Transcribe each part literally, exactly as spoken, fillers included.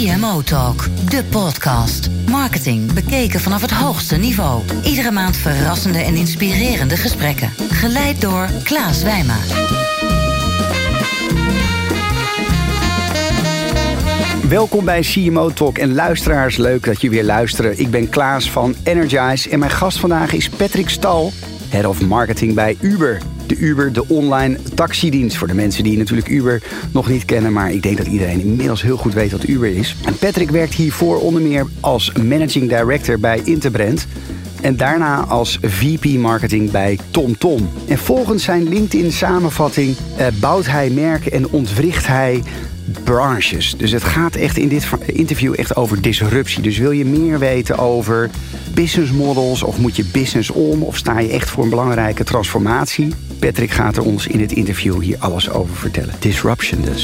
C M O Talk, de podcast. Marketing bekeken vanaf het hoogste niveau. Iedere maand verrassende en inspirerende gesprekken. Geleid door Klaas Wijma. Welkom bij C M O Talk en luisteraars, leuk dat je weer luisteren. Ik ben Klaas van Energize en mijn gast vandaag is Patrick Staal, Head of Marketing bij Uber. De Uber, de online taxidienst. Voor de mensen die natuurlijk Uber nog niet kennen, maar ik denk dat iedereen inmiddels heel goed weet wat Uber is. En Patrick werkt hiervoor onder meer als Managing Director bij Interbrand. En daarna als V P Marketing bij TomTom. En volgens zijn LinkedIn-samenvatting eh, bouwt hij merken en ontwricht hij branches. Dus het gaat echt in dit interview echt over disruptie. Dus wil je meer weten over business models of moet je business om of sta je echt voor een belangrijke transformatie? Patrick gaat er ons in het interview hier alles over vertellen. Disruption dus.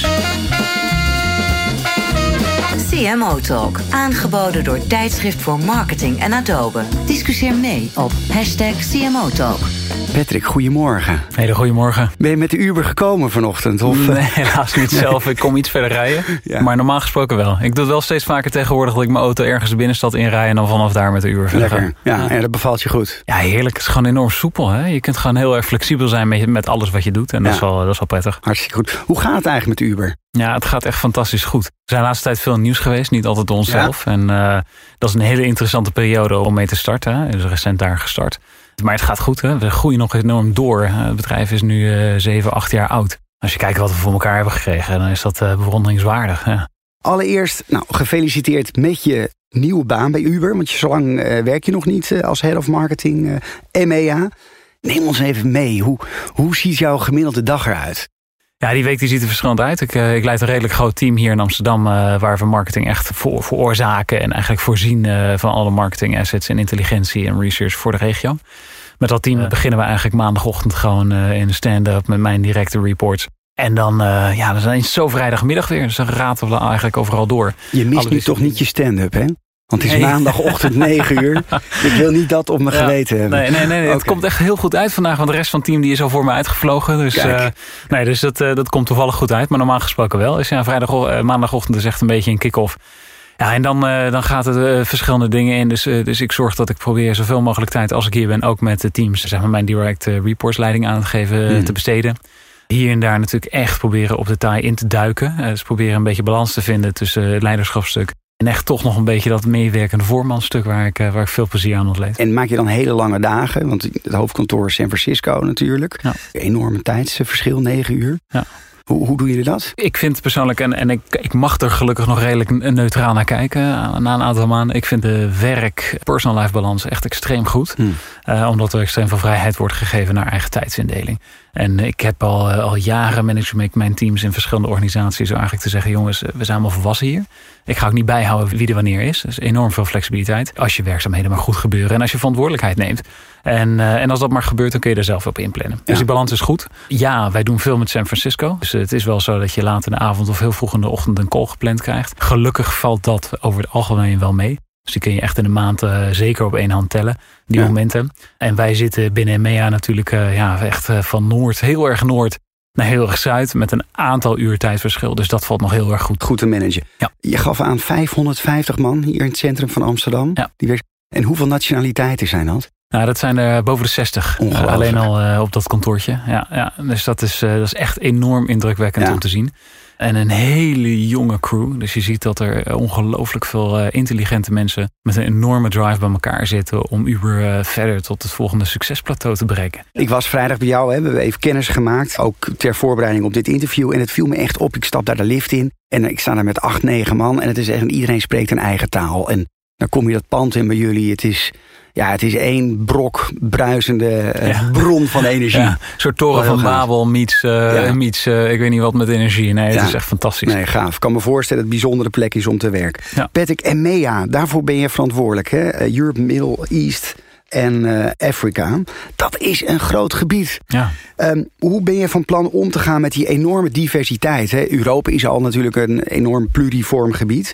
C M O Talk, aangeboden door Tijdschrift voor Marketing en Adobe. Discussieer mee op hashtag C M O Talk. Patrick, goedemorgen. Hele goedemorgen. Ben je met de Uber gekomen vanochtend? Of? Nee, helaas niet nee. zelf. Ik kom iets verder rijden. Ja. Maar normaal gesproken wel. Ik doe het wel steeds vaker tegenwoordig dat ik mijn auto ergens de binnenstad inrij en dan vanaf daar met de Uber verder Lekker. Ja, ja. En dat bevalt je goed. Ja, heerlijk. Het is gewoon enorm soepel. Hè? Je kunt gewoon heel erg flexibel zijn met, met alles wat je doet. En dat, ja. is wel, dat is wel prettig. Hartstikke goed. Hoe gaat het eigenlijk met Uber? Ja, het gaat echt fantastisch goed. Er zijn de laatste tijd veel nieuws geweest. Niet altijd door onszelf. Ja. En uh, dat is een hele interessante periode om mee te starten. Hè? Dus recent daar gestart. Maar het gaat goed, hè? We groeien nog enorm door. Het bedrijf is nu uh, zeven, acht jaar oud. Als je kijkt wat we voor elkaar hebben gekregen, dan is dat uh, bewonderingswaardig. Ja. Allereerst, nou, gefeliciteerd met je nieuwe baan bij Uber. Want je, zo lang uh, werk je nog niet uh, als Head of Marketing uh, M E A. Neem ons even mee. Hoe, hoe ziet jouw gemiddelde dag eruit? Ja, die week die ziet er verschillend uit. Ik, uh, ik leid een redelijk groot team hier in Amsterdam, Uh, waar we marketing echt voor, veroorzaken en eigenlijk voorzien uh, van alle marketing assets en intelligentie en research voor de regio. Met dat team uh, beginnen we eigenlijk maandagochtend gewoon uh, in een stand-up met mijn directe reports. En dan, uh, ja, dan is het zo vrijdagmiddag weer. Dus dan raten we eigenlijk overal door. Je mist Alle nu toch niet je stand-up, hè? Want het is nee. maandagochtend negen uur. Ik wil niet dat op mijn ja, geweten hebben. Nee, nee, nee, nee. Okay. Het komt echt heel goed uit vandaag. Want de rest van het team die is al voor me uitgevlogen. Dus, uh, nee, dus dat, uh, dat komt toevallig goed uit. Maar normaal gesproken wel. Dus ja, vrijdag, uh, maandagochtend is echt een beetje een kick-off. Ja, en dan, uh, dan gaat het uh, verschillende dingen in. Dus, uh, dus ik zorg dat ik probeer zoveel mogelijk tijd als ik hier ben, ook met de teams, zeg maar, mijn direct uh, reports leiding aan te geven, mm. te besteden. Hier en daar natuurlijk echt proberen op detail in te duiken. Uh, dus proberen een beetje balans te vinden tussen het leiderschapsstuk en echt toch nog een beetje dat meewerkende voormanstuk waar ik, uh, waar ik veel plezier aan ontleed. En maak je dan hele lange dagen? Want het hoofdkantoor is San Francisco natuurlijk. Ja. Enorme tijdsverschil, negen uur. Ja. Hoe, hoe doen jullie dat? Ik vind persoonlijk, en, en ik, ik mag er gelukkig nog redelijk neutraal naar kijken na een aantal maanden. Ik vind de werk-personal life balans echt extreem goed. Hmm. Uh, omdat er extreem veel vrijheid wordt gegeven naar eigen tijdsindeling. En ik heb al, al jaren manage ik mijn teams in verschillende organisaties. Zo eigenlijk te zeggen, jongens, we zijn allemaal volwassen hier. Ik ga ook niet bijhouden wie er wanneer is. Dus enorm veel flexibiliteit. Als je werkzaamheden maar goed gebeuren en als je verantwoordelijkheid neemt. En, uh, en als dat maar gebeurt, dan kun je er zelf op inplannen. Ja. Dus die balans is goed. Ja, wij doen veel met San Francisco. Dus het is wel zo dat je laat in de avond of heel vroeg in de ochtend een call gepland krijgt. Gelukkig valt dat over het algemeen wel mee. Dus die kun je echt in de maand uh, zeker op één hand tellen, die ja. momenten. En wij zitten binnen M E A natuurlijk uh, ja, echt uh, van noord, heel erg noord, naar heel erg zuid, met een aantal uur tijdverschil. Dus dat valt nog heel erg goed. Goed te managen. Ja. Je gaf aan vijfhonderdvijftig man hier in het centrum van Amsterdam. Ja. Die werkt. En hoeveel nationaliteiten zijn dat? Nou, dat zijn er boven de zestig. Uh, alleen al uh, op dat kantoortje. Ja, ja. Dus dat is, uh, dat is echt enorm indrukwekkend ja. om te zien. En een hele jonge crew. Dus je ziet dat er ongelooflijk veel uh, intelligente mensen met een enorme drive bij elkaar zitten om Uber uh, verder tot het volgende succesplateau te bereiken. Ik was vrijdag bij jou, hè. We hebben even kennis gemaakt. Ook ter voorbereiding op dit interview. En het viel me echt op. Ik stap daar de lift in. En ik sta daar met acht, negen man. En het is echt, iedereen spreekt een eigen taal. En dan kom je dat pand in bij jullie. Het is... Ja, het is één brok bruisende uh, ja. bron van energie. Ja, een soort toren van Babel meets, uh, ja. meets uh, ik weet niet wat met energie. Nee, het ja. is echt fantastisch. Nee, gaaf. Ik kan me voorstellen dat het een bijzondere plek is om te werken. Ja. Patrick, M E A, daarvoor ben je verantwoordelijk. Hè? Uh, Europe, Middle East en uh, Afrika. Dat is een groot gebied. Ja. Um, hoe ben je van plan om te gaan met die enorme diversiteit? Hè? Europa is al natuurlijk een enorm pluriform gebied.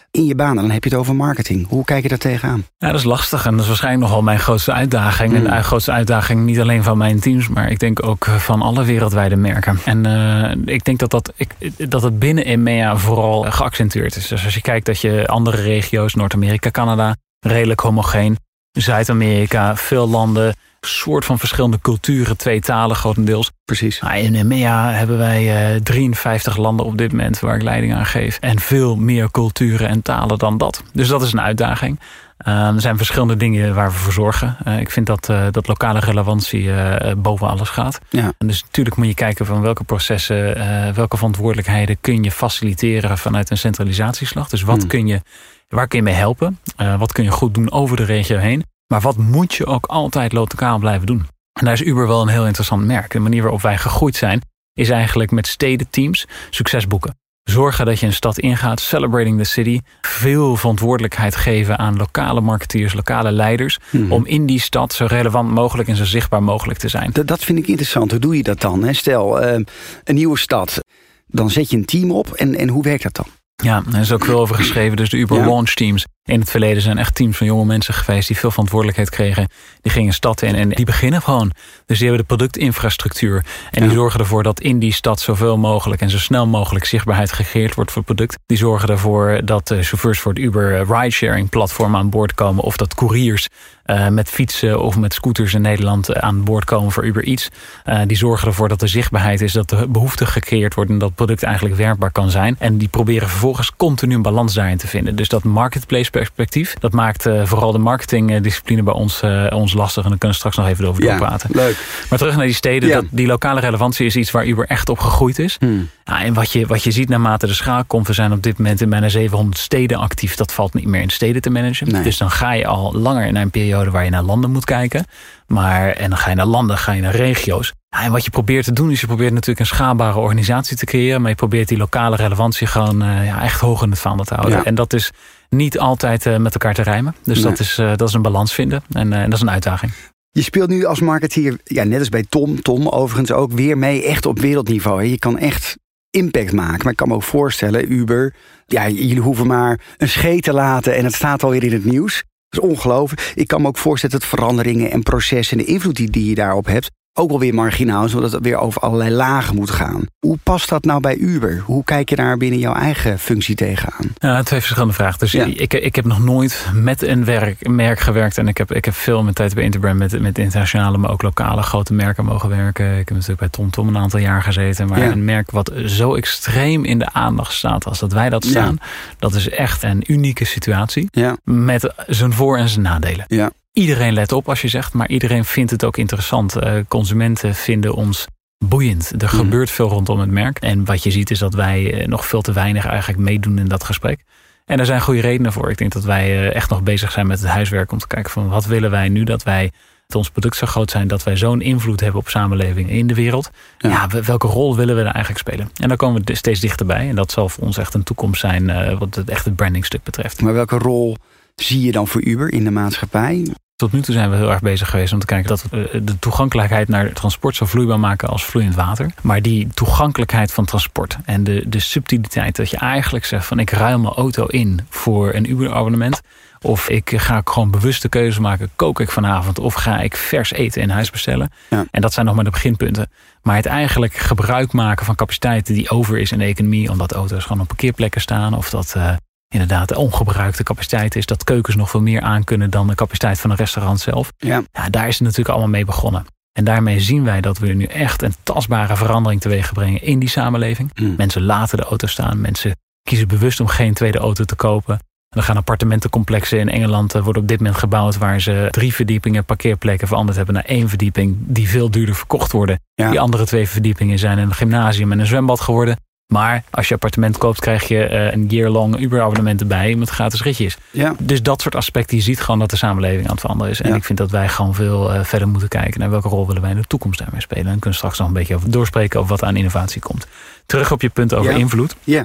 in je baan. Dan heb je het over marketing. Hoe kijk je daar tegenaan? Ja, dat is lastig en dat is waarschijnlijk nogal mijn grootste uitdaging. Mm. En de grootste uitdaging niet alleen van mijn teams, maar ik denk ook van alle wereldwijde merken. En uh, ik denk dat, dat, ik, dat het binnen E M E A vooral geaccentueerd is. Dus als je kijkt dat je andere regio's, Noord-Amerika, Canada, redelijk homogeen. Zuid-Amerika, veel landen, soort van verschillende culturen, twee talen grotendeels. Precies. Nou, in E M E A hebben wij uh, drieënvijftig landen op dit moment waar ik leiding aan geef. En veel meer culturen en talen dan dat. Dus dat is een uitdaging. Uh, er zijn verschillende dingen waar we voor zorgen. Uh, ik vind dat, uh, dat lokale relevantie uh, boven alles gaat. Ja. En dus natuurlijk moet je kijken van welke processen, uh, welke verantwoordelijkheden kun je faciliteren vanuit een centralisatieslag. Dus wat hmm. kun je, waar kun je mee helpen? Uh, wat kun je goed doen over de regio heen? Maar wat moet je ook altijd lokaal blijven doen? En daar is Uber wel een heel interessant merk. De manier waarop wij gegroeid zijn is eigenlijk met stedenteams succes boeken. Zorgen dat je een stad ingaat, celebrating the city. Veel verantwoordelijkheid geven aan lokale marketeers, lokale leiders. Hmm. Om in die stad zo relevant mogelijk en zo zichtbaar mogelijk te zijn. Dat, dat vind ik interessant. Hoe doe je dat dan? Hè? Stel, uh, een nieuwe stad. Dan zet je een team op. En, en hoe werkt dat dan? Ja, er is ook veel over geschreven. Dus de Uber ja. Launch Teams. In het verleden zijn echt teams van jonge mensen geweest die veel verantwoordelijkheid kregen. Die gingen stad in en die beginnen gewoon. Dus die hebben de productinfrastructuur. En ja. die zorgen ervoor dat in die stad zoveel mogelijk en zo snel mogelijk zichtbaarheid gecreëerd wordt voor het product. Die zorgen ervoor dat de chauffeurs voor het Uber ridesharing platform aan boord komen. Of dat couriers uh, met fietsen of met scooters in Nederland aan boord komen voor Uber Eats. Uh, die zorgen ervoor dat er zichtbaarheid is, dat de behoefte gecreëerd wordt en dat het product eigenlijk werkbaar kan zijn. En die proberen vervolgens continu een balans daarin te vinden. Dus dat marketplace perspectief. Dat maakt uh, vooral de marketingdiscipline bij ons, uh, ons lastig. En daar kunnen we straks nog even over ja, doorpraten. Leuk. Maar terug naar die steden. Ja. Dat, die lokale relevantie is iets waar Uber echt op gegroeid is. Hmm. Ja, en wat je, wat je ziet naarmate de schaal komt. We zijn op dit moment in bijna zevenhonderd steden actief. Dat valt niet meer in steden te managen. Nee. Dus dan ga je al langer naar een periode waar je naar landen moet kijken. Maar, en dan ga je naar landen, ga je naar regio's. Ja, en wat je probeert te doen is je probeert natuurlijk een schaalbare organisatie te creëren. Maar je probeert die lokale relevantie gewoon uh, ja, echt hoog in het vaandel te houden. Ja. En dat is niet altijd uh, met elkaar te rijmen. Dus nee. dat, is, uh, dat is een balans vinden. En, uh, en dat is een uitdaging. Je speelt nu als marketeer, ja, net als bij Tom, Tom overigens ook weer mee echt op wereldniveau. Hè. Je kan echt impact maken. Maar ik kan me ook voorstellen, Uber, ja, jullie hoeven maar een scheet te laten en het staat alweer in het nieuws. Dat is ongelooflijk. Ik kan me ook voorstellen dat veranderingen en processen en de invloed die, die je daarop hebt ook alweer marginaal is, omdat het weer over allerlei lagen moet gaan. Hoe past dat nou bij Uber? Hoe kijk je daar binnen jouw eigen functie tegenaan? Ja, twee verschillende vragen. Dus ja. ik, ik heb nog nooit met een werk, merk gewerkt. En ik heb, ik heb veel mijn tijd bij Interbrand met, met internationale, maar ook lokale grote merken mogen werken. Ik heb natuurlijk bij TomTom een aantal jaar gezeten. Maar ja. een merk wat zo extreem in de aandacht staat als dat wij dat staan. Ja. Dat is echt een unieke situatie. Ja. Met zijn voor- en zijn nadelen. Ja. Iedereen let op als je zegt, maar iedereen vindt het ook interessant. Uh, consumenten vinden ons boeiend. Er mm. gebeurt veel rondom het merk. En wat je ziet is dat wij uh, nog veel te weinig eigenlijk meedoen in dat gesprek. En er zijn goede redenen voor. Ik denk dat wij uh, echt nog bezig zijn met het huiswerk om te kijken van wat willen wij nu dat wij dat ons product zo groot zijn, dat wij zo'n invloed hebben op samenleving in de wereld. Ja. Ja, welke rol willen we daar eigenlijk spelen? En daar komen we steeds dichterbij. En dat zal voor ons echt een toekomst zijn uh, wat het echt het brandingstuk betreft. Maar welke rol zie je dan voor Uber in de maatschappij? Tot nu toe zijn we heel erg bezig geweest om te kijken dat we de toegankelijkheid naar transport zo vloeibaar maken als vloeiend water. Maar die toegankelijkheid van transport en de, de subtiliteit dat je eigenlijk zegt van ik ruil mijn auto in voor een Uber-abonnement. Of ik ga gewoon bewuste keuze maken. Kook ik vanavond of ga ik vers eten in huis bestellen? Ja. En dat zijn nog maar de beginpunten. Maar het eigenlijk gebruik maken van capaciteiten die over is in de economie. Omdat auto's gewoon op parkeerplekken staan. Of dat uh, inderdaad de ongebruikte capaciteit is. Dat keukens nog veel meer aan kunnen dan de capaciteit van een restaurant zelf. Ja. Ja, daar is het natuurlijk allemaal mee begonnen. En daarmee zien wij dat we nu echt een tastbare verandering teweeg brengen in die samenleving. Mm. Mensen laten de auto staan. Mensen kiezen bewust om geen tweede auto te kopen. Er gaan appartementencomplexen in Engeland worden op dit moment gebouwd waar ze drie verdiepingen parkeerplekken veranderd hebben naar één verdieping die veel duurder verkocht worden. Ja. Die andere twee verdiepingen zijn een gymnasium en een zwembad geworden. Maar als je appartement koopt krijg je uh, een year-long Uber-abonnement erbij met gratis ritjes. Ja. Dus dat soort aspecten, je ziet gewoon dat de samenleving aan het veranderen is. En ja. ik vind dat wij gewoon veel uh, verder moeten kijken naar welke rol willen wij in de toekomst daarmee spelen. En dan kunnen we straks nog een beetje over doorspreken over wat aan innovatie komt. Terug op je punt over ja. invloed. Ja.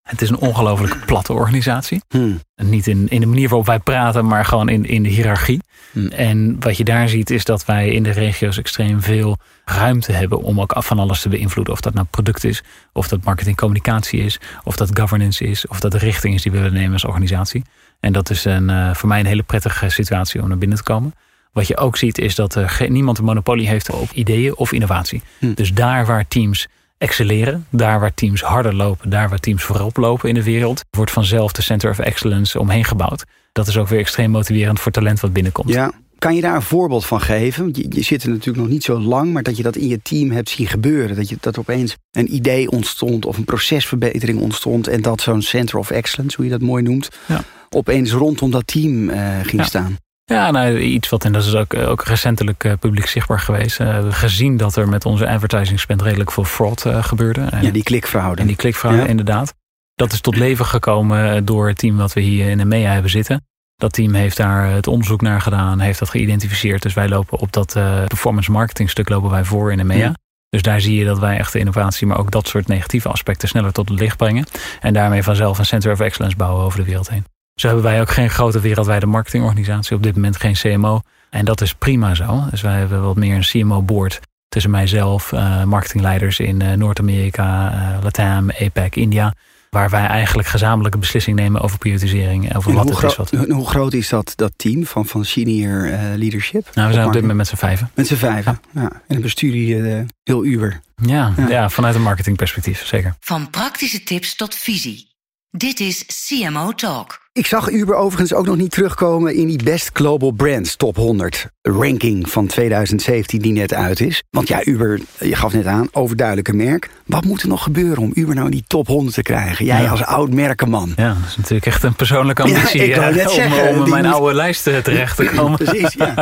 Het is een ongelooflijk platte organisatie. Hmm. Niet in, in de manier waarop wij praten, maar gewoon in, in de hiërarchie. Hmm. En wat je daar ziet is dat wij in de regio's extreem veel ruimte hebben om ook van alles te beïnvloeden. Of dat nou product is, of dat marketingcommunicatie is, of dat governance is, of dat de richting is die we willen nemen als organisatie. En dat is een, uh, voor mij een hele prettige situatie om naar binnen te komen. Wat je ook ziet is dat er geen, niemand een monopolie heeft op ideeën of innovatie. Hmm. Dus daar waar teams excelleren, daar waar teams harder lopen, daar waar teams voorop lopen in de wereld, wordt vanzelf de Center of Excellence omheen gebouwd. Dat is ook weer extreem motiverend voor talent wat binnenkomt. Ja. Kan je daar een voorbeeld van geven? Je, je zit er natuurlijk nog niet zo lang, maar dat je dat in je team hebt zien gebeuren. Dat, je, dat er opeens een idee ontstond of een procesverbetering ontstond en dat zo'n Center of Excellence, hoe je dat mooi noemt, ja. opeens rondom dat team uh, ging ja. staan. Ja, nou, iets wat, en dat is ook, ook recentelijk uh, publiek zichtbaar geweest. Uh, we hebben gezien dat er met onze advertising spend redelijk veel fraud uh, gebeurde. En, ja, die klikfraude. En die klikfraude, ja. inderdaad. Dat is tot leven gekomen door het team wat we hier in EMEA hebben zitten. Dat team heeft daar het onderzoek naar gedaan, heeft dat geïdentificeerd. Dus wij lopen op dat uh, performance marketing stuk lopen wij voor in EMEA. Ja. Dus daar zie je dat wij echt de innovatie, maar ook dat soort negatieve aspecten sneller tot het licht brengen. En daarmee vanzelf een Center of Excellence bouwen over de wereld heen. Zo hebben wij ook geen grote wereldwijde marketingorganisatie. Op dit moment geen C M O. En dat is prima zo. Dus wij hebben wat meer een C M O-board tussen mijzelf, uh, marketingleiders in uh, Noord-Amerika, uh, Latam, A PAC, India. Waar wij eigenlijk gezamenlijke beslissing nemen over prioritisering. Over wat het is wat. Hoe, hoe groot is dat, dat team van, van senior uh, leadership? Nou, we zijn op dit moment met z'n vijven. Met z'n vijven, ja. ja. En dan bestuur je uh, heel Uber. Ja, ja. ja, vanuit een marketingperspectief, zeker. Van praktische tips tot visie. Dit is C M O Talk. Ik zag Uber overigens ook nog niet terugkomen in die Best Global Brands Top honderd ranking van tweeduizend zeventien die net uit is. Want ja, Uber, je gaf net aan, overduidelijke merk. Wat moet er nog gebeuren om Uber nou in die top honderd te krijgen? Jij ja. als oud merkenman. Ja, dat is natuurlijk echt een persoonlijke ambitie. Ja, ik net zeggen, om om mijn moet... oude lijst terecht te komen. Precies, ja.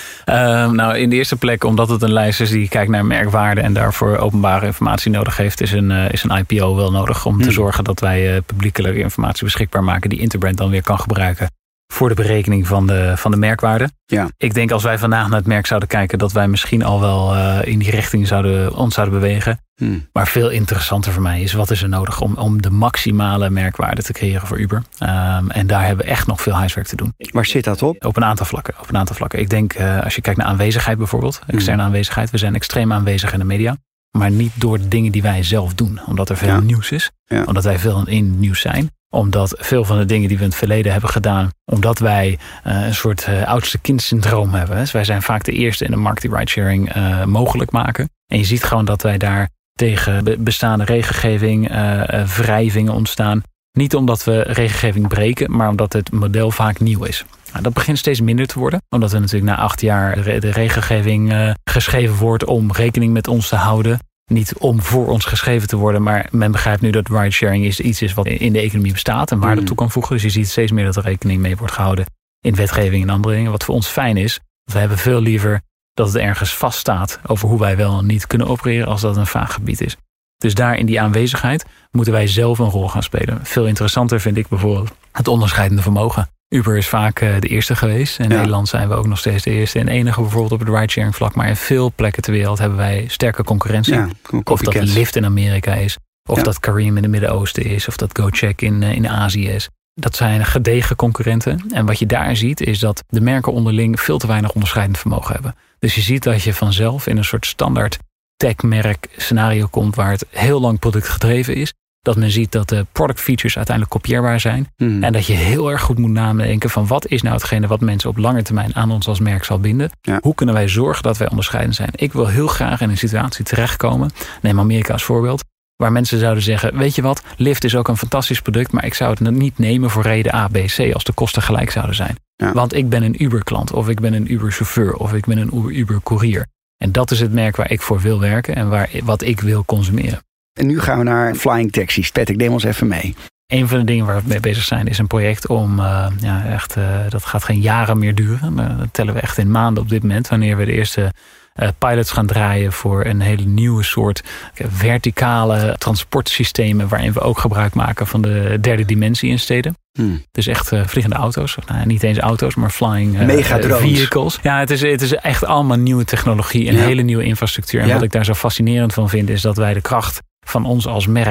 uh, nou, in de eerste plek, omdat het een lijst is die kijkt naar merkwaarde en daarvoor openbare informatie nodig heeft, is een, uh, is een I P O wel nodig om hmm. te zorgen dat wij uh, publiekelijke informatie beschikbaar maken die Interbrand dan weer kan gebruiken voor de berekening van de, van de merkwaarde. Ja. Ik denk als wij vandaag naar het merk zouden kijken, dat wij misschien al wel uh, in die richting zouden, ons zouden bewegen. Hmm. Maar veel interessanter voor mij is, wat is er nodig om, om de maximale merkwaarde te creëren voor Uber? Um, en daar hebben we echt nog veel huiswerk te doen. Waar zit dat op? Op een aantal vlakken. Op een aantal vlakken. Ik denk, uh, als je kijkt naar aanwezigheid bijvoorbeeld, externe hmm. aanwezigheid. We zijn extreem aanwezig in de media. Maar niet door de dingen die wij zelf doen. Omdat er veel ja. nieuws is. Ja. Omdat wij veel in nieuws zijn. Omdat veel van de dingen die we in het verleden hebben gedaan, omdat wij uh, een soort uh, oudste kind-syndroom hebben. Dus wij zijn vaak de eerste in de markt die ridesharing uh, mogelijk maken. En je ziet gewoon dat wij daar tegen be- bestaande regelgeving, uh, uh, wrijvingen ontstaan. Niet omdat we regelgeving breken, maar omdat het model vaak nieuw is. Nou, dat begint steeds minder te worden. Omdat er natuurlijk na acht jaar de, de regelgeving uh, geschreven wordt om rekening met ons te houden. Niet om voor ons geschreven te worden, maar men begrijpt nu dat ridesharing is iets is wat in de economie bestaat en waarde toe kan voegen. Dus je ziet steeds meer dat er rekening mee wordt gehouden in wetgeving en andere dingen. Wat voor ons fijn is, we hebben veel liever dat het ergens vaststaat over hoe wij wel en niet kunnen opereren als dat een vaag gebied is. Dus daar in die aanwezigheid moeten wij zelf een rol gaan spelen. Veel interessanter vind ik bijvoorbeeld het onderscheidende vermogen. Uber is vaak de eerste geweest. In ja. Nederland zijn we ook nog steeds de eerste en enige bijvoorbeeld op het ridesharing vlak. Maar in veel plekken ter wereld hebben wij sterke concurrentie. Ja, of dat Lyft in Amerika is. Of ja. dat Careem in het Midden-Oosten is. Of dat GoCheck in, in Azië is. Dat zijn gedegen concurrenten. En wat je daar ziet is dat de merken onderling veel te weinig onderscheidend vermogen hebben. Dus je ziet dat je vanzelf in een soort standaard tech-merk scenario komt waar het heel lang productgedreven is. Dat men ziet dat de product features uiteindelijk kopieerbaar zijn. Mm. En dat je heel erg goed moet nadenken van wat is nou hetgene wat mensen op lange termijn aan ons als merk zal binden. Ja. Hoe kunnen wij zorgen dat wij onderscheidend zijn? Ik wil heel graag in een situatie terechtkomen. Neem Amerika als voorbeeld. Waar mensen zouden zeggen, weet je wat, Lyft is ook een fantastisch product, maar ik zou het niet nemen voor reden A, B, C als de kosten gelijk zouden zijn. Ja. Want ik ben een Uber klant of ik ben een Uber chauffeur of ik ben een Uber courier. En dat is het merk waar ik voor wil werken en waar, wat ik wil consumeren. En nu gaan we naar flying taxis. Patrick, neem ons even mee. Een van de dingen waar we mee bezig zijn is een project om, uh, ja echt, uh, dat gaat geen jaren meer duren. Uh, dat tellen we echt in maanden op dit moment. Wanneer we de eerste uh, pilots gaan draaien voor een hele nieuwe soort uh, verticale transportsystemen. Waarin we ook gebruik maken van de derde dimensie in steden. Hmm. Dus echt uh, vliegende auto's. Nou, niet eens auto's, maar flying uh, vehicles. Ja, het is, het is echt allemaal nieuwe technologie en ja. hele nieuwe infrastructuur. En ja. wat ik daar zo fascinerend van vind is dat wij de kracht van ons als merk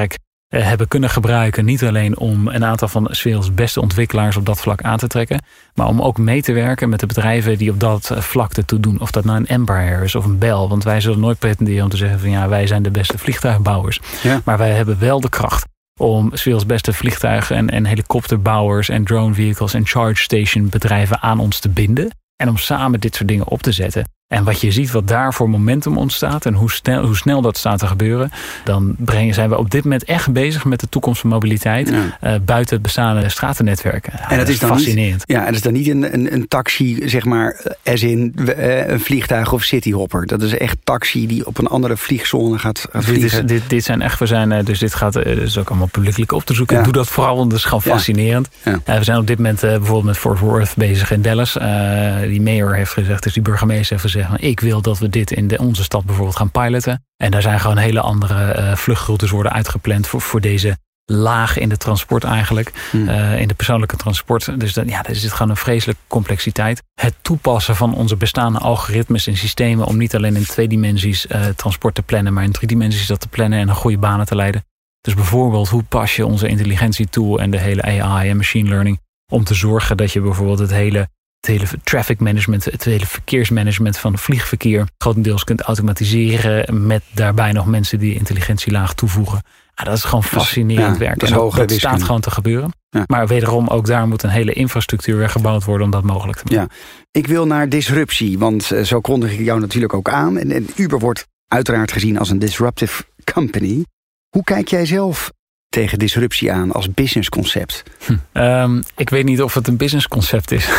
uh, hebben kunnen gebruiken. Niet alleen om een aantal van 's werelds beste ontwikkelaars op dat vlak aan te trekken. Maar om ook mee te werken met de bedrijven die op dat vlak ertoe doen. Of dat nou een Embraer is of een Bell. Want wij zullen nooit pretenderen om te zeggen van ja, wij zijn de beste vliegtuigbouwers. Ja. Maar wij hebben wel de kracht om 's werelds beste vliegtuigen en, en helikopterbouwers en drone vehicles en charge station bedrijven aan ons te binden. En om samen dit soort dingen op te zetten. En wat je ziet, wat daar voor momentum ontstaat en hoe snel, hoe snel dat staat te gebeuren, dan brengen, zijn we op dit moment echt bezig met de toekomst van mobiliteit ja. uh, buiten het bestaande stratennetwerken. Ja, en dat, dat is dan fascinerend. Niet, ja, en dat is dan niet een, een, een taxi, zeg maar, as in uh, een vliegtuig of cityhopper. Dat is echt taxi die op een andere vliegzone gaat, gaat dit vliegen. Is, dit, dit zijn echt, we zijn, uh, dus dit gaat, uh, dus ook allemaal publiekelijk op te zoeken. Ja. Ik doe dat vooral, want dat is gewoon ja. fascinerend. Ja. Uh, we zijn op dit moment uh, bijvoorbeeld met Fort Worth bezig in Dallas. Uh, die mayor heeft gezegd, dus die burgemeester heeft gezegd, ik wil dat we dit in de, onze stad bijvoorbeeld gaan piloten. En daar zijn gewoon hele andere uh, vluchtroutes worden uitgepland voor, voor deze laag in de transport eigenlijk. Hmm. Uh, in de persoonlijke transport. Dus dan, ja, er zit gewoon een vreselijke complexiteit. Het toepassen van onze bestaande algoritmes en systemen om niet alleen in twee dimensies uh, transport te plannen, maar in drie dimensies dat te plannen en een goede banen te leiden. Dus bijvoorbeeld, hoe pas je onze intelligentietool en de hele A I en machine learning om te zorgen dat je bijvoorbeeld het hele Het hele traffic management, het hele verkeersmanagement van het vliegverkeer grotendeels kunt automatiseren met daarbij nog mensen die intelligentielaag toevoegen. Ja, dat is gewoon fascinerend ja, werk. Dat, en dat staat gewoon te gebeuren. Ja. Maar wederom, ook daar moet een hele infrastructuur gebouwd worden om dat mogelijk te maken. Ja. Ik wil naar disruptie, want uh, zo kondig ik jou natuurlijk ook aan. En, en Uber wordt uiteraard gezien als een disruptive company. Hoe kijk jij zelf tegen disruptie aan als businessconcept? Hm. Um, ik weet niet of het een businessconcept is.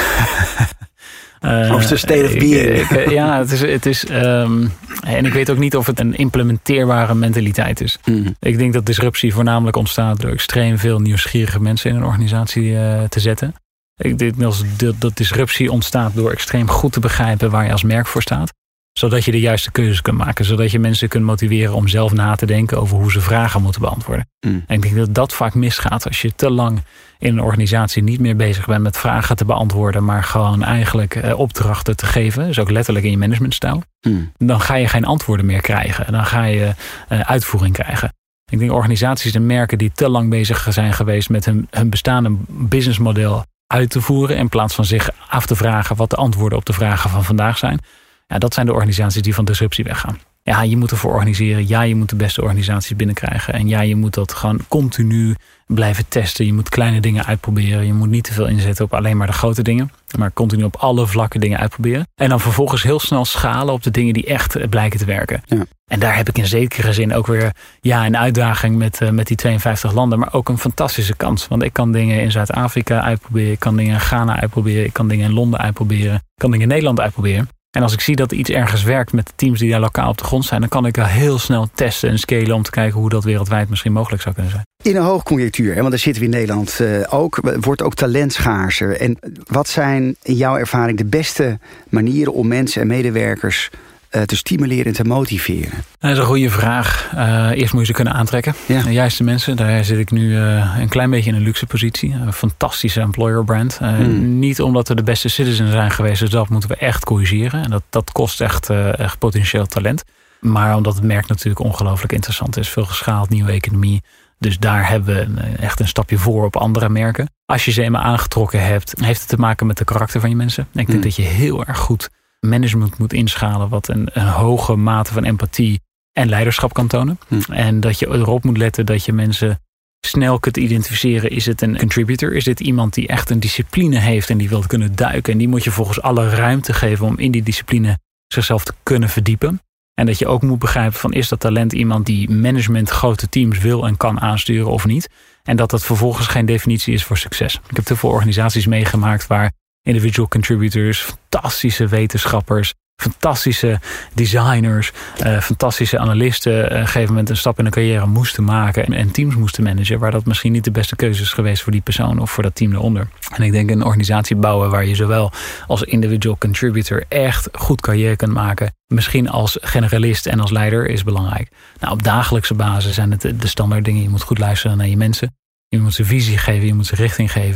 uh, of de state of being. Ik, ik, ja, het is... Het is um, en ik weet ook niet of het een implementeerbare mentaliteit is. Mm. Ik denk dat disruptie voornamelijk ontstaat door extreem veel nieuwsgierige mensen in een organisatie uh, te zetten. Ik denk dat, dat disruptie ontstaat door extreem goed te begrijpen waar je als merk voor staat. Zodat je de juiste keuzes kunt maken. Zodat je mensen kunt motiveren om zelf na te denken over hoe ze vragen moeten beantwoorden. Mm. En ik denk dat dat vaak misgaat als je te lang in een organisatie niet meer bezig bent met vragen te beantwoorden, maar gewoon eigenlijk uh, opdrachten te geven. Dus ook letterlijk in je managementstijl. Mm. Dan ga je geen antwoorden meer krijgen. Dan ga je uh, uitvoering krijgen. Ik denk organisaties en merken die te lang bezig zijn geweest met hun, hun bestaande businessmodel uit te voeren, in plaats van zich af te vragen wat de antwoorden op de vragen van vandaag zijn. Ja, dat zijn de organisaties die van disruptie weggaan. Ja, je moet ervoor organiseren. Ja, je moet de beste organisaties binnenkrijgen. En ja, je moet dat gewoon continu blijven testen. Je moet kleine dingen uitproberen. Je moet niet te veel inzetten op alleen maar de grote dingen. Maar continu op alle vlakken dingen uitproberen. En dan vervolgens heel snel schalen op de dingen die echt blijken te werken. Ja. En daar heb ik in zekere zin ook weer ja, een uitdaging met, uh, met die tweeënvijftig landen. Maar ook een fantastische kans. Want ik kan dingen in Zuid-Afrika uitproberen. Ik kan dingen in Ghana uitproberen. Ik kan dingen in Londen uitproberen. Ik kan dingen in Nederland uitproberen. En als ik zie dat iets ergens werkt met de teams die daar lokaal op de grond zijn, dan kan ik wel heel snel testen en scalen om te kijken hoe dat wereldwijd misschien mogelijk zou kunnen zijn. In een hoogconjunctuur, want daar zitten we in Nederland uh, ook, wordt ook talent schaarser. En wat zijn in jouw ervaring de beste manieren om mensen en medewerkers Uh, te stimuleren en te motiveren? Dat is een goede vraag. Uh, eerst moet je ze kunnen aantrekken. Ja. De juiste mensen. Daar zit ik nu uh, een klein beetje in een luxe positie. Een fantastische employer brand. Uh, hmm. Niet omdat we de beste citizens zijn geweest. Dus dat moeten we echt corrigeren. En dat, dat kost echt, uh, echt potentieel talent. Maar omdat het merk natuurlijk ongelooflijk interessant is. Veel geschaald, nieuwe economie. Dus daar hebben we een, echt een stapje voor op andere merken. Als je ze eenmaal aangetrokken hebt, heeft het te maken met de karakter van je mensen. En ik denk hmm. dat je heel erg goed management moet inschalen wat een, een hoge mate van empathie en leiderschap kan tonen. Hm. En dat je erop moet letten dat je mensen snel kunt identificeren. Is het een contributor? Is dit iemand die echt een discipline heeft en die wil kunnen duiken? En die moet je volgens alle ruimte geven om in die discipline zichzelf te kunnen verdiepen. En dat je ook moet begrijpen van, is dat talent iemand die management grote teams wil en kan aansturen of niet? En dat dat vervolgens geen definitie is voor succes. Ik heb te veel organisaties meegemaakt waar individual contributors, fantastische wetenschappers, fantastische designers, uh, fantastische analisten op uh, een gegeven moment een stap in de carrière moesten maken en, en teams moesten managen, waar dat misschien niet de beste keuze is geweest voor die persoon of voor dat team eronder. En ik denk een organisatie bouwen waar je zowel als individual contributor echt goed carrière kunt maken, misschien als generalist en als leider, is belangrijk. Nou, op dagelijkse basis zijn het de standaard dingen. Je moet goed luisteren naar je mensen. Je moet ze visie geven, je moet ze richting geven.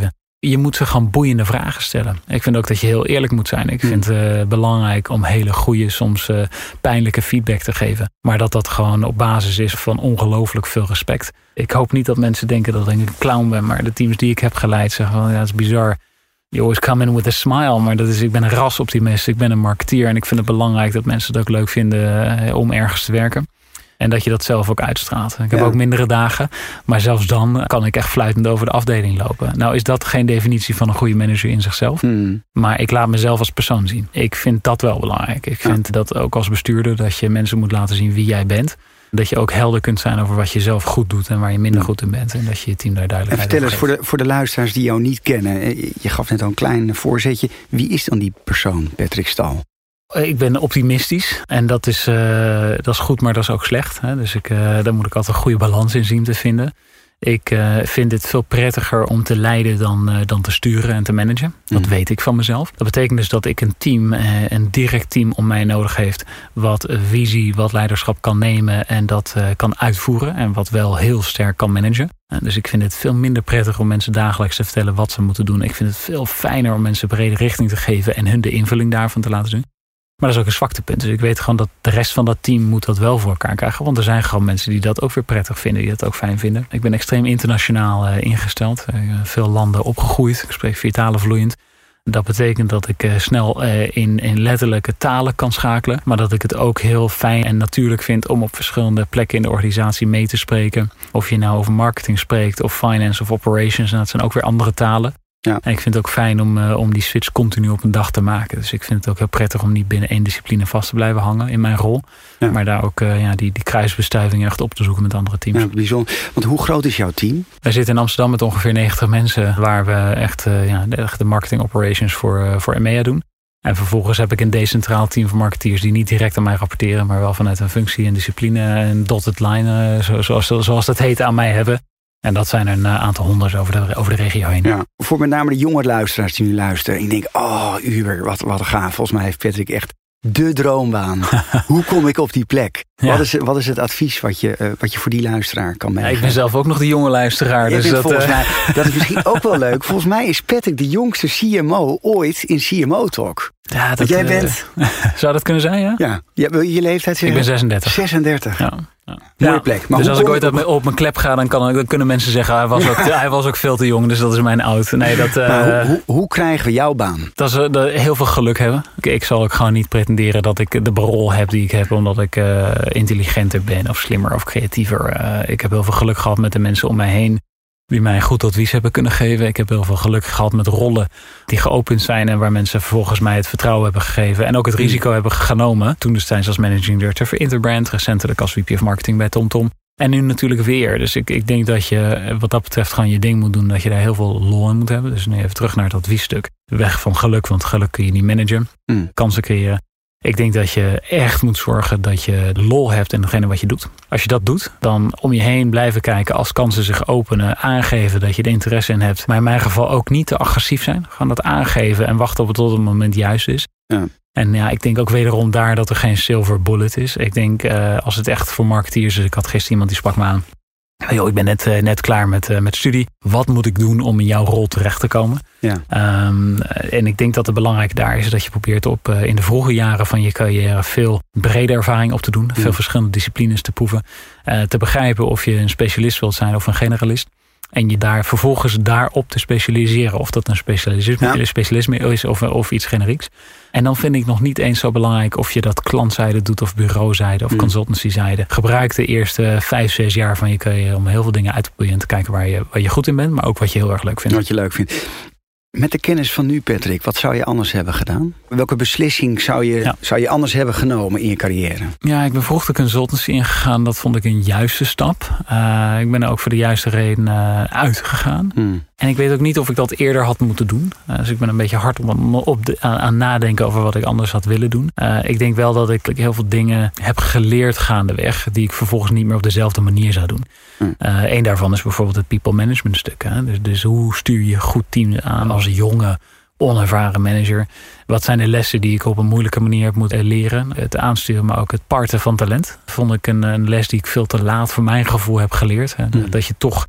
Je moet ze gewoon boeiende vragen stellen. Ik vind ook dat je heel eerlijk moet zijn. Ik vind het uh, belangrijk om hele goede, soms uh, pijnlijke feedback te geven. Maar dat dat gewoon op basis is van ongelooflijk veel respect. Ik hoop niet dat mensen denken dat ik een clown ben. Maar de teams die ik heb geleid zeggen van ja, het is bizar. You always come in with a smile. Maar dat is, ik ben een rasoptimist. Ik ben een marketeer. En ik vind het belangrijk dat mensen het ook leuk vinden uh, om ergens te werken. En dat je dat zelf ook uitstraalt. Ik heb ja. ook mindere dagen. Maar zelfs dan kan ik echt fluitend over de afdeling lopen. Nou is dat geen definitie van een goede manager in zichzelf. Hmm. Maar ik laat mezelf als persoon zien. Ik vind dat wel belangrijk. Ik vind ja. dat ook als bestuurder dat je mensen moet laten zien wie jij bent. Dat je ook helder kunt zijn over wat je zelf goed doet en waar je minder goed in bent. En dat je je team daar duidelijk en vertel eens voor de, voor de luisteraars die jou niet kennen. Je gaf net al een klein voorzetje. Wie is dan die persoon, Patrick Staal? Ik ben optimistisch en dat is, uh, dat is goed, maar dat is ook slecht. Hè? Dus ik, uh, daar moet ik altijd een goede balans in zien te vinden. Ik uh, vind het veel prettiger om te leiden dan, uh, dan te sturen en te managen. Dat mm. weet ik van mezelf. Dat betekent dus dat ik een team, uh, een direct team om mij nodig heeft. Wat visie, wat leiderschap kan nemen en dat uh, kan uitvoeren. En wat wel heel sterk kan managen. Uh, dus ik vind het veel minder prettig om mensen dagelijks te vertellen wat ze moeten doen. Ik vind het veel fijner om mensen brede richting te geven en hun de invulling daarvan te laten zien. Maar dat is ook een zwaktepunt. Dus ik weet gewoon dat de rest van dat team moet dat wel voor elkaar krijgen. Want er zijn gewoon mensen die dat ook weer prettig vinden. Die dat ook fijn vinden. Ik ben extreem internationaal uh, ingesteld. Uh, veel landen opgegroeid. Ik spreek vier talen vloeiend. Dat betekent dat ik uh, snel uh, in, in letterlijke talen kan schakelen. Maar dat ik het ook heel fijn en natuurlijk vind om op verschillende plekken in de organisatie mee te spreken. Of je nou over marketing spreekt of finance of operations. En dat zijn ook weer andere talen. Ja. En ik vind het ook fijn om, uh, om die switch continu op een dag te maken. Dus ik vind het ook heel prettig om niet binnen één discipline vast te blijven hangen in mijn rol. Ja. Maar daar ook uh, ja, die, die kruisbestuiving echt op te zoeken met andere teams. Ja, bijzonder. Want hoe groot is jouw team? Wij zitten in Amsterdam met ongeveer negentig mensen. Waar we echt uh, ja, de, de marketing operations voor, uh, voor E M E A doen. En vervolgens heb ik een decentraal team van marketeers die niet direct aan mij rapporteren. Maar wel vanuit een functie en discipline en dotted line, uh, zoals, zoals dat heet, aan mij hebben. En dat zijn er een aantal honderd over de, over de regio heen. Ja, voor met name de jonge luisteraars die nu luisteren. Ik denk, oh Uber, wat, wat gaaf. Volgens mij heeft Patrick echt de droombaan. Hoe kom ik op die plek? Ja. Wat, is, wat is het advies wat je, uh, wat je voor die luisteraar kan meegeven? Ja, ik ben zelf ook nog de jonge luisteraar. Dus dat, volgens uh... mij, dat is misschien ook wel leuk. Volgens mij is Patrick de jongste C M O ooit in C M O Talk. Ja, dat, Want jij uh, bent... Zou dat kunnen zijn, ja? Ja. ja wil je je leeftijd zeggen? Ik ben zesendertig. zesendertig. Ja. Ja. Mooie ja, plek. Maar dus als ik ooit op... op mijn klep ga, dan, kan, dan kunnen mensen zeggen... Hij was, ook, ja. hij was ook veel te jong, dus dat is mijn oud. Nee, dat, uh, hoe, hoe, hoe krijgen we jouw baan? Dat is uh, de, heel veel geluk hebben. Ik, ik zal ook gewoon niet pretenderen dat ik de rol heb die ik heb... omdat ik uh, intelligenter ben of slimmer of creatiever. Uh, ik heb heel veel geluk gehad met de mensen om mij heen... die mij goed advies hebben kunnen geven. Ik heb heel veel geluk gehad met rollen die geopend zijn... en waar mensen vervolgens mij het vertrouwen hebben gegeven... en ook het risico mm. hebben genomen. Toen destijds als managing director voor Interbrand... recentelijk als V P of Marketing bij TomTom. En nu natuurlijk weer. Dus ik, ik denk dat je wat dat betreft gewoon je ding moet doen... dat je daar heel veel lol in moet hebben. Dus nu even terug naar het adviesstuk. Weg van geluk, want geluk kun je niet managen. Mm. Kansen creëren. Ik denk dat je echt moet zorgen dat je lol hebt in datgene wat je doet. Als je dat doet, dan om je heen blijven kijken als kansen zich openen. Aangeven dat je er interesse in hebt. Maar in mijn geval ook niet te agressief zijn. Gewoon dat aangeven en wachten op het tot het moment juist is. Ja. En ja, ik denk ook wederom daar dat er geen silver bullet is. Ik denk uh, als het echt voor marketeers is. Ik had gisteren iemand die sprak me aan. Yo, ik ben net, uh, net klaar met, uh, met studie. Wat moet ik doen om in jouw rol terecht te komen? Ja. Um, en ik denk dat het belangrijk daar is dat je probeert op uh, in de vroege jaren van je carrière veel brede ervaring op te doen. Ja. Veel verschillende disciplines te proeven. Uh, te begrijpen of je een specialist wilt zijn of een generalist. En je daar vervolgens daarop te specialiseren. Of dat een specialisme, ja. specialisme is of, of iets generieks. En dan vind ik nog niet eens zo belangrijk of je dat klantzijde doet of bureauzijde of mm. consultancyzijde. Gebruik de eerste vijf, zes jaar van je carrière om heel veel dingen uit te proberen en te kijken waar je, waar je goed in bent. Maar ook wat je heel erg leuk vindt. Wat je leuk vindt. Met de kennis van nu, Patrick, wat zou je anders hebben gedaan? Welke beslissing zou je, ja. zou je anders hebben genomen in je carrière? Ja, ik ben vroeg de consultancy ingegaan. Dat vond ik een juiste stap. Uh, ik ben er ook voor de juiste reden uh, uitgegaan. Hmm. En ik weet ook niet of ik dat eerder had moeten doen. Uh, dus ik ben een beetje hard op, op de, aan, aan nadenken over wat ik anders had willen doen. Uh, ik denk wel dat ik heel veel dingen heb geleerd gaandeweg... die ik vervolgens niet meer op dezelfde manier zou doen. Hmm. Uh, Eén daarvan is bijvoorbeeld het people management stuk. Hè? Dus, dus hoe stuur je goed team aan als jonge, onervaren manager? Wat zijn de lessen die ik op een moeilijke manier heb moeten leren? Het aansturen, maar ook het parten van talent. Vond ik een, een les die ik veel te laat voor mijn gevoel heb geleerd. Hè? Hmm. Dat je toch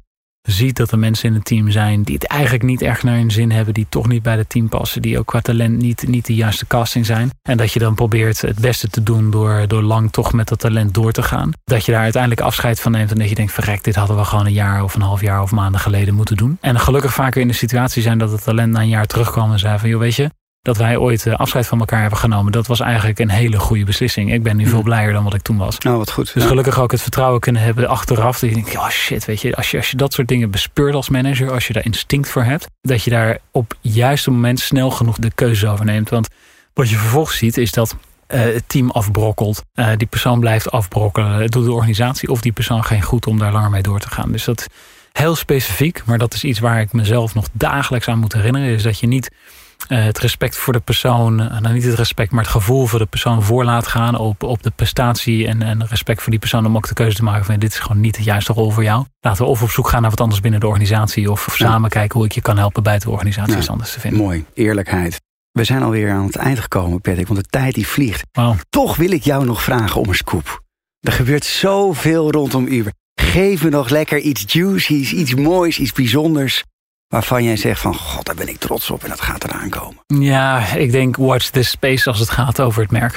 ziet dat er mensen in het team zijn die het eigenlijk niet echt naar hun zin hebben, die toch niet bij het team passen, die ook qua talent niet, niet de juiste casting zijn. En dat je dan probeert het beste te doen door, door lang toch met dat talent door te gaan. Dat je daar uiteindelijk afscheid van neemt en dat je denkt, verrek, dit hadden we gewoon een jaar of een half jaar of maanden geleden moeten doen. En gelukkig vaker in de situatie zijn dat het talent na een jaar terugkwam en zei van, joh, weet je, dat wij ooit afscheid van elkaar hebben genomen, dat was eigenlijk een hele goede beslissing. Ik ben nu veel blijer dan wat ik toen was. Nou, wat goed. Dus ja. gelukkig ook het vertrouwen kunnen hebben achteraf. Dat je denkt, oh shit, weet je, als je, als je dat soort dingen bespeurt als manager, als je daar instinct voor hebt, dat je daar op het juiste moment snel genoeg de keuze over neemt. Want wat je vervolgens ziet is dat uh, het team afbrokkelt. Uh, die persoon blijft afbrokkelen. Doet de organisatie of die persoon geen goed om daar langer mee door te gaan. Dus dat heel specifiek, maar dat is iets waar ik mezelf nog dagelijks aan moet herinneren, is dat je niet Uh, het respect voor de persoon, uh, nou niet het respect, maar het gevoel voor de persoon voor laat gaan op, op de prestatie en, en respect voor die persoon om ook de keuze te maken van dit is gewoon niet de juiste rol voor jou. Laten we of op zoek gaan naar wat anders binnen de organisatie of, of ja. samen kijken hoe ik je kan helpen buiten de organisatie ja. iets anders te vinden. Mooi, eerlijkheid. We zijn alweer aan het eind gekomen, Patrick, want de tijd die vliegt. Wow. Toch wil ik jou nog vragen om een scoop. Er gebeurt zoveel rondom Uber. Geef me nog lekker iets juicy's, iets moois, iets bijzonders, waarvan jij zegt van, god, daar ben ik trots op en dat gaat eraan komen. Ja, ik denk watch this space als het gaat over het merk.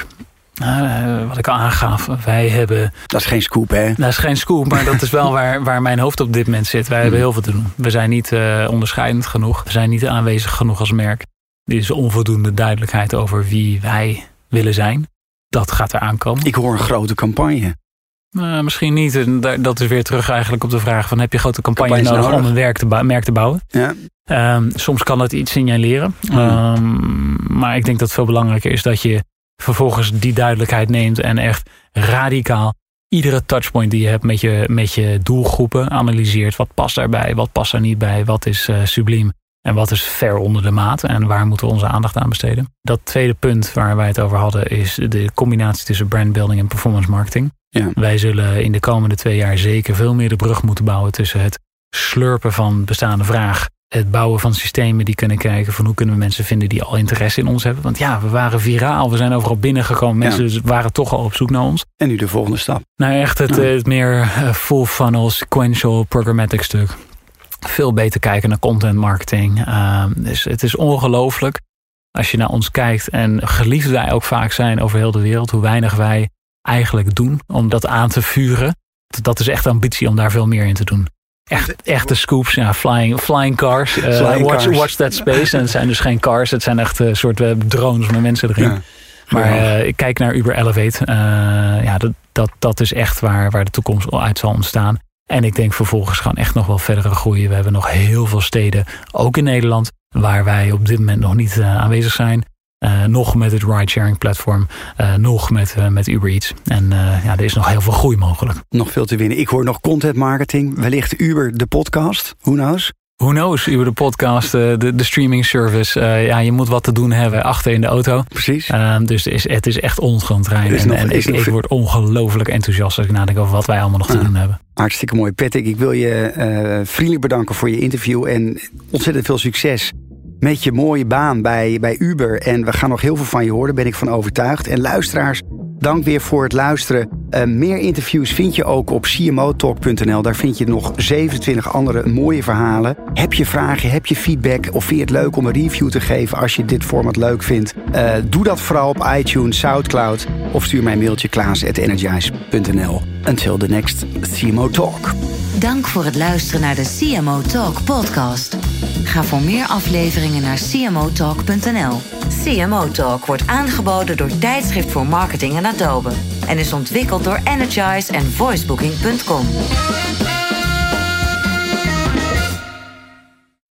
Uh, wat ik al aangaf, wij hebben... Dat is geen scoop, hè? Dat is geen scoop, maar dat is wel waar, waar mijn hoofd op dit moment zit. Wij hmm. hebben heel veel te doen. We zijn niet uh, onderscheidend genoeg. We zijn niet aanwezig genoeg als merk. Er is onvoldoende duidelijkheid over wie wij willen zijn. Dat gaat eraan komen. Ik hoor een grote campagne. Uh, misschien niet. Dat is weer terug eigenlijk op de vraag van, heb je grote campagne nodig, nodig om een werk te bou- merk te bouwen? Ja. Um, soms kan dat iets signaleren. Mm. Um, maar ik denk dat het veel belangrijker is dat je vervolgens die duidelijkheid neemt en echt radicaal iedere touchpoint die je hebt met je, met je doelgroepen analyseert. Wat past daarbij? Wat past er niet bij? Wat is uh, subliem? En wat is ver onder de maat? En waar moeten we onze aandacht aan besteden? Dat tweede punt waar wij het over hadden is de combinatie tussen brandbuilding en performance marketing. Ja. Wij zullen in de komende twee jaar zeker veel meer de brug moeten bouwen tussen het slurpen van bestaande vraag, het bouwen van systemen die kunnen kijken van hoe kunnen we mensen vinden die al interesse in ons hebben. Want ja, we waren viraal, we zijn overal binnengekomen, mensen ja. waren toch al op zoek naar ons. En nu de volgende stap. Nou echt het, ja. het meer full funnel, sequential, programmatic stuk. Veel beter kijken naar content marketing. Uh, dus het is ongelooflijk als je naar ons kijkt en geliefd wij ook vaak zijn over heel de wereld, hoe weinig wij eigenlijk doen om dat aan te vuren. Dat is echt ambitie om daar veel meer in te doen. Echt, echte scoops, ja, flying, flying cars. Uh, flying watch, cars. Watch that space. En het zijn dus geen cars, het zijn echt een uh, soort uh, drones met mensen erin. Ja. Maar uh, ik kijk naar Uber Elevate. Uh, ja, dat, dat, dat is echt waar, waar de toekomst uit zal ontstaan. En ik denk vervolgens gewoon echt nog wel verdere groeien. We hebben nog heel veel steden, ook in Nederland, waar wij op dit moment nog niet uh, aanwezig zijn. Uh, nog met het ride-sharing platform. Uh, nog met, uh, met Uber Eats. En uh, ja, er is nog heel veel groei mogelijk. Nog veel te winnen. Ik hoor nog content marketing. Wellicht Uber de podcast. Who knows? Who knows? Uber de podcast, uh, de, de streaming service. Uh, ja, je moet wat te doen hebben achter in de auto. Precies. Uh, dus het is, het is echt ons gewoon trein. En, nog, en ik, ik word ongelooflijk enthousiast als ik nadenk over wat wij allemaal nog te ah, doen hebben. Hartstikke mooi. Patrick, ik wil je uh, vriendelijk bedanken voor je interview. En ontzettend veel succes met je mooie baan bij, bij Uber. En we gaan nog heel veel van je horen, daar ben ik van overtuigd. En luisteraars, dank weer voor het luisteren. Uh, meer interviews vind je ook op C M O talk punt n l. Daar vind je nog zevenentwintig andere mooie verhalen. Heb je vragen, heb je feedback of vind je het leuk om een review te geven als je dit format leuk vindt? Uh, doe dat vooral op iTunes, Soundcloud of stuur mij een mailtje klaas at energize punt n l. Until the next C M O Talk. Dank voor het luisteren naar de C M O Talk podcast. Ga voor meer afleveringen naar C M O talk punt n l. C M O Talk wordt aangeboden door Tijdschrift voor Marketing en Adobe en is ontwikkeld door Energize en voicebooking punt com.